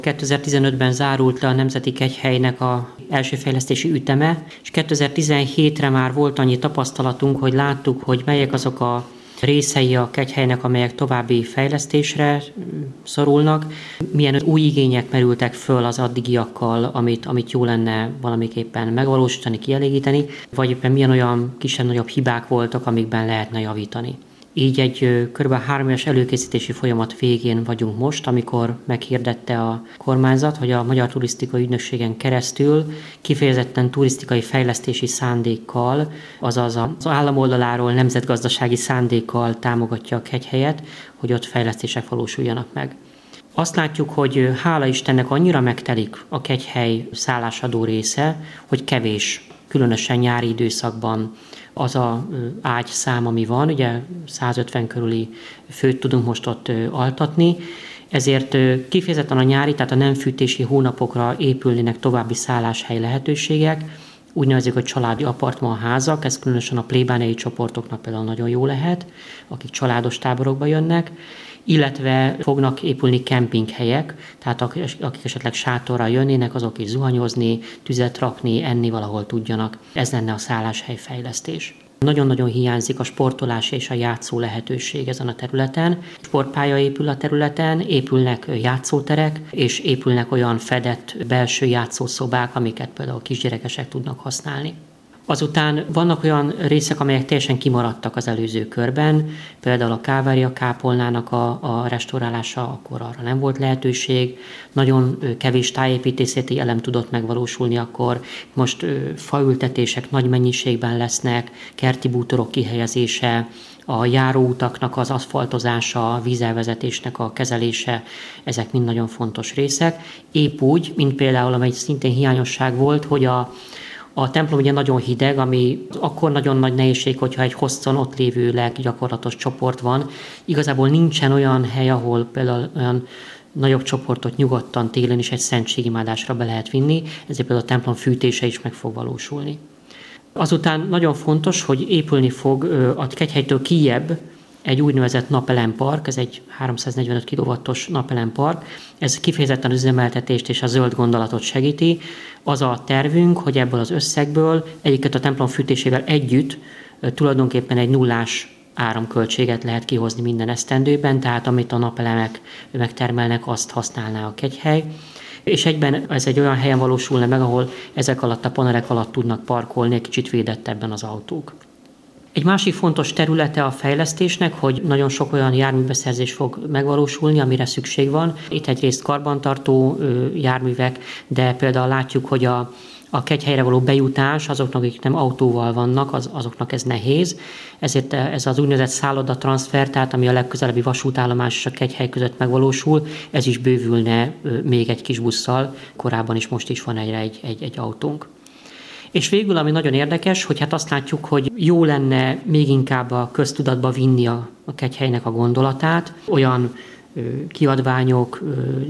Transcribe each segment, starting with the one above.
2015-ben zárult le a Nemzeti Kegyhelynek az első fejlesztési üteme, és 2017-re már volt annyi tapasztalatunk, hogy láttuk, hogy melyek azok a részei a kegyhelynek, amelyek további fejlesztésre szorulnak, milyen új igények merültek föl az addigiakkal, amit jó lenne valamiképpen megvalósítani, kielégíteni, vagy éppen milyen olyan kisebb-nagyobb hibák voltak, amikben lehetne javítani. Így egy kb. 3 éves előkészítési folyamat végén vagyunk most, amikor meghirdette a kormányzat, hogy a Magyar Turisztikai Ügynökségen keresztül kifejezetten turisztikai fejlesztési szándékkal, azaz az állam oldaláról nemzetgazdasági szándékkal támogatja a kegyhelyet, hogy ott fejlesztések valósuljanak meg. Azt látjuk, hogy hála Istennek annyira megtelik a kegyhely szállásadó része, hogy kevés, különösen nyári időszakban az a ágyszám, ami van, ugye 150 körüli főt tudunk most ott altatni, ezért kifejezetten a nyári, tehát a nem fűtési hónapokra épülnének további szálláshely lehetőségek, úgynevezik, hogy családi apartmanházak, ez különösen a plébániai csoportoknak például nagyon jó lehet, akik családos táborokba jönnek, illetve fognak épülni kempinghelyek, tehát akik esetleg sátorral jönnének, azok is zuhanyozni, tüzet rakni, enni valahol tudjanak. Ez lenne a szálláshelyfejlesztés. Nagyon-nagyon hiányzik a sportolás és a játszó lehetőség ezen a területen. Sportpálya épül a területen, épülnek játszóterek, és épülnek olyan fedett belső játszószobák, amiket például kisgyerekesek tudnak használni. Azután vannak olyan részek, amelyek teljesen kimaradtak az előző körben, például a Kávária kápolnának a restaurálása, akkor arra nem volt lehetőség, nagyon kevés tájépítészeti elem tudott megvalósulni akkor, most faültetések nagy mennyiségben lesznek, kerti bútorok kihelyezése, a járóutaknak az aszfaltozása, a vízelvezetésnek a kezelése, ezek mind nagyon fontos részek. Épp úgy, mint például, amely szintén hiányosság volt, hogy a templom ugye nagyon hideg, ami akkor nagyon nagy nehézség, hogyha egy hosszan ott lévő gyakorlatos csoport van. Igazából nincsen olyan hely, ahol például olyan nagyobb csoportot nyugodtan télen is egy szentségimádásra be lehet vinni, ezért például a templom fűtése is meg fog valósulni. Azután nagyon fontos, hogy épülni fog a kegyhelytől kijjebb egy úgynevezett napelempark, ez egy 345 kW-os napelempark, ez kifejezetten az üzemeltetést és a zöld gondolatot segíti. Az a tervünk, hogy ebből az összegből egyiket a templom fűtésével együtt tulajdonképpen egy nullás áramköltséget lehet kihozni minden esztendőben, tehát amit a napelemek megtermelnek, azt használná a kegyhely. És egyben ez egy olyan helyen valósulna meg, ahol ezek alatt a panelek alatt tudnak parkolni, egy kicsit védettebben az autók. Egy másik fontos területe a fejlesztésnek, hogy nagyon sok olyan járműbeszerzés fog megvalósulni, amire szükség van. Itt egyrészt karbantartó járművek, de például látjuk, hogy a kegyhelyre való bejutás azoknak, akik nem autóval vannak, azoknak ez nehéz. Ezért ez az úgynevezett szállodatranszfer, tehát ami a legközelebbi vasútállomás és a kegyhely között megvalósul, ez is bővülne még egy kis busszal. Korábban is, most is van egy autónk. És végül, ami nagyon érdekes, hogy hát azt látjuk, hogy jó lenne még inkább a köztudatba vinni a kegyhelynek a gondolatát, olyan kiadványok,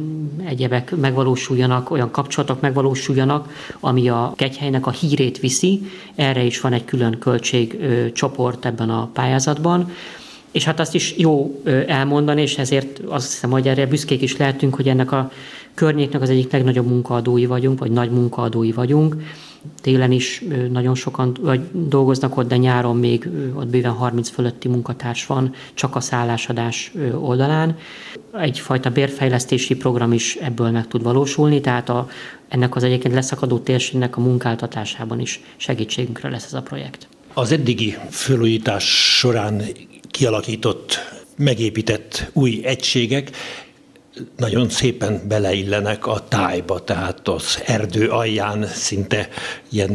egyebek megvalósuljanak, olyan kapcsolatok megvalósuljanak, ami a kegyhelynek a hírét viszi. Erre is van egy külön költségcsoport ebben a pályázatban. És hát azt is jó elmondani, és ezért azt hiszem, hogy erre büszkék is lehetünk, hogy ennek a környéknek az egyik legnagyobb munkaadói vagyunk, vagy nagy munkaadói vagyunk. Télen is nagyon sokan dolgoznak ott, de nyáron még ott bőven 30 fölötti munkatárs van, csak a szállásadás oldalán. Egyfajta bérfejlesztési program is ebből meg tud valósulni, tehát ennek az egyébként leszakadó térségnek a munkáltatásában is segítségünkre lesz ez a projekt. Az eddigi felújítás során kialakított, megépített új egységek nagyon szépen beleillenek a tájba, tehát az erdő alján szinte ilyen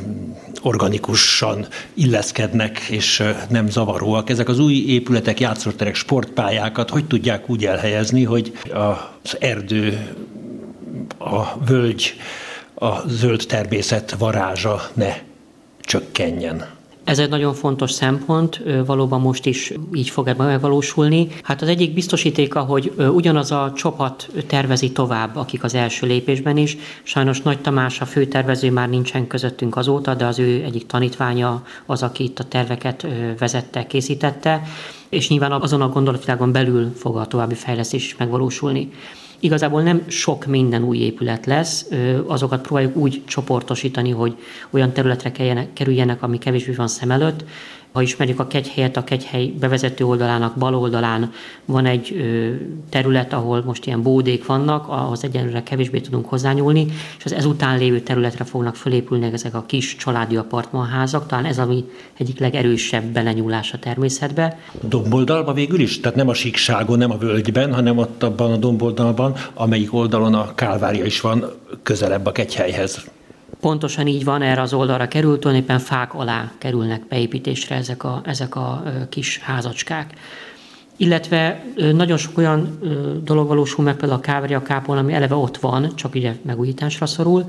organikusan illeszkednek, és nem zavaróak. Ezek az új épületek, játszóterek, sportpályákat hogy tudják úgy elhelyezni, hogy az erdő, a völgy, a zöld természet varázsa ne csökkenjen? Ez egy nagyon fontos szempont, valóban most is így fog ebben megvalósulni. Hát az egyik biztosítéka, hogy ugyanaz a csapat tervezi tovább, akik az első lépésben is. Sajnos Nagy Tamás, a főtervező már nincsen közöttünk azóta, de az ő egyik tanítványa az, aki itt a terveket vezette, készítette, és nyilván azon a gondolatvilágon belül fog a további fejlesztés is megvalósulni. Igazából nem sok minden új épület lesz, azokat próbáljuk úgy csoportosítani, hogy olyan területre kerüljenek, ami kevésbé van szem előtt. Ha ismerjük a Kegyhelyet, a Kegyhely bevezető oldalának bal oldalán van egy terület, ahol most ilyen bódék vannak, ahhoz egyenlőre kevésbé tudunk hozzányúlni, és az ezután lévő területre fognak fölépülni ezek a kis családi apartmanházak, talán ez ami egyik legerősebb belenyúlás a természetbe. Domboldalban végül is? Tehát nem a síkságon, nem a völgyben, hanem ott abban a domboldalban, amelyik oldalon a Kálvária is van, közelebb a Kegyhelyhez. Pontosan így van, erre az oldalra került, tulajdonképpen fák alá kerülnek beépítésre ezek a kis házacskák. Illetve nagyon sok olyan dolog valósul meg, például a Kálvária kápolna, ami eleve ott van, csak ugye megújításra szorul,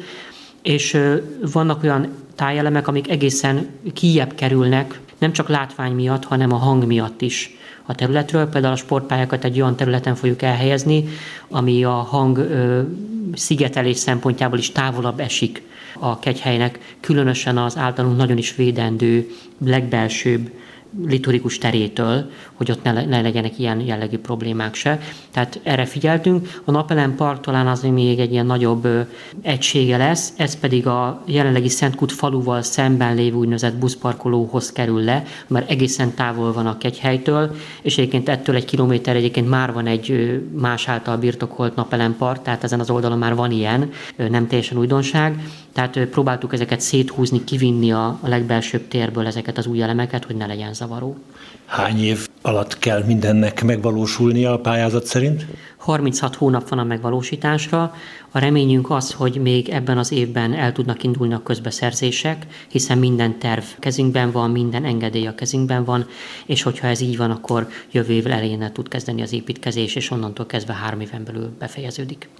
és vannak olyan tájelemek, amik egészen kijjebb kerülnek, nem csak látvány miatt, hanem a hang miatt is a területről. Például a sportpályákat egy olyan területen fogjuk elhelyezni, ami a hang szigetelés szempontjából is távolabb esik a Kegyhelynek, különösen az általunk nagyon is védendő, legbelsőbb liturgikus terétől, hogy ott ne legyenek ilyen jellegű problémák se. Tehát erre figyeltünk. A Napelem Park talán az még egy ilyen nagyobb egysége lesz, ez pedig a jelenlegi Szentkút faluval szemben lévő úgynevezett buszparkolóhoz kerül le, mert egészen távol van a Kegyhelytől, és egyébként ettől 1 kilométer egyébként már van egy más által birtokolt Napelem Park, tehát ezen az oldalon már van ilyen, nem teljesen újdonság. Tehát próbáltuk ezeket széthúzni, kivinni a legbelsőbb térből ezeket az új elemeket, hogy ne legyen zavaró. Hány év alatt kell mindennek megvalósulnia a pályázat szerint? 36 hónap van a megvalósításra. A reményünk az, hogy még ebben az évben el tudnak indulni a közbeszerzések, hiszen minden terv kezünkben van, minden engedély a kezünkben van, és hogyha ez így van, akkor jövő év elején tud kezdeni az építkezés, és onnantól kezdve 3 éven belül befejeződik.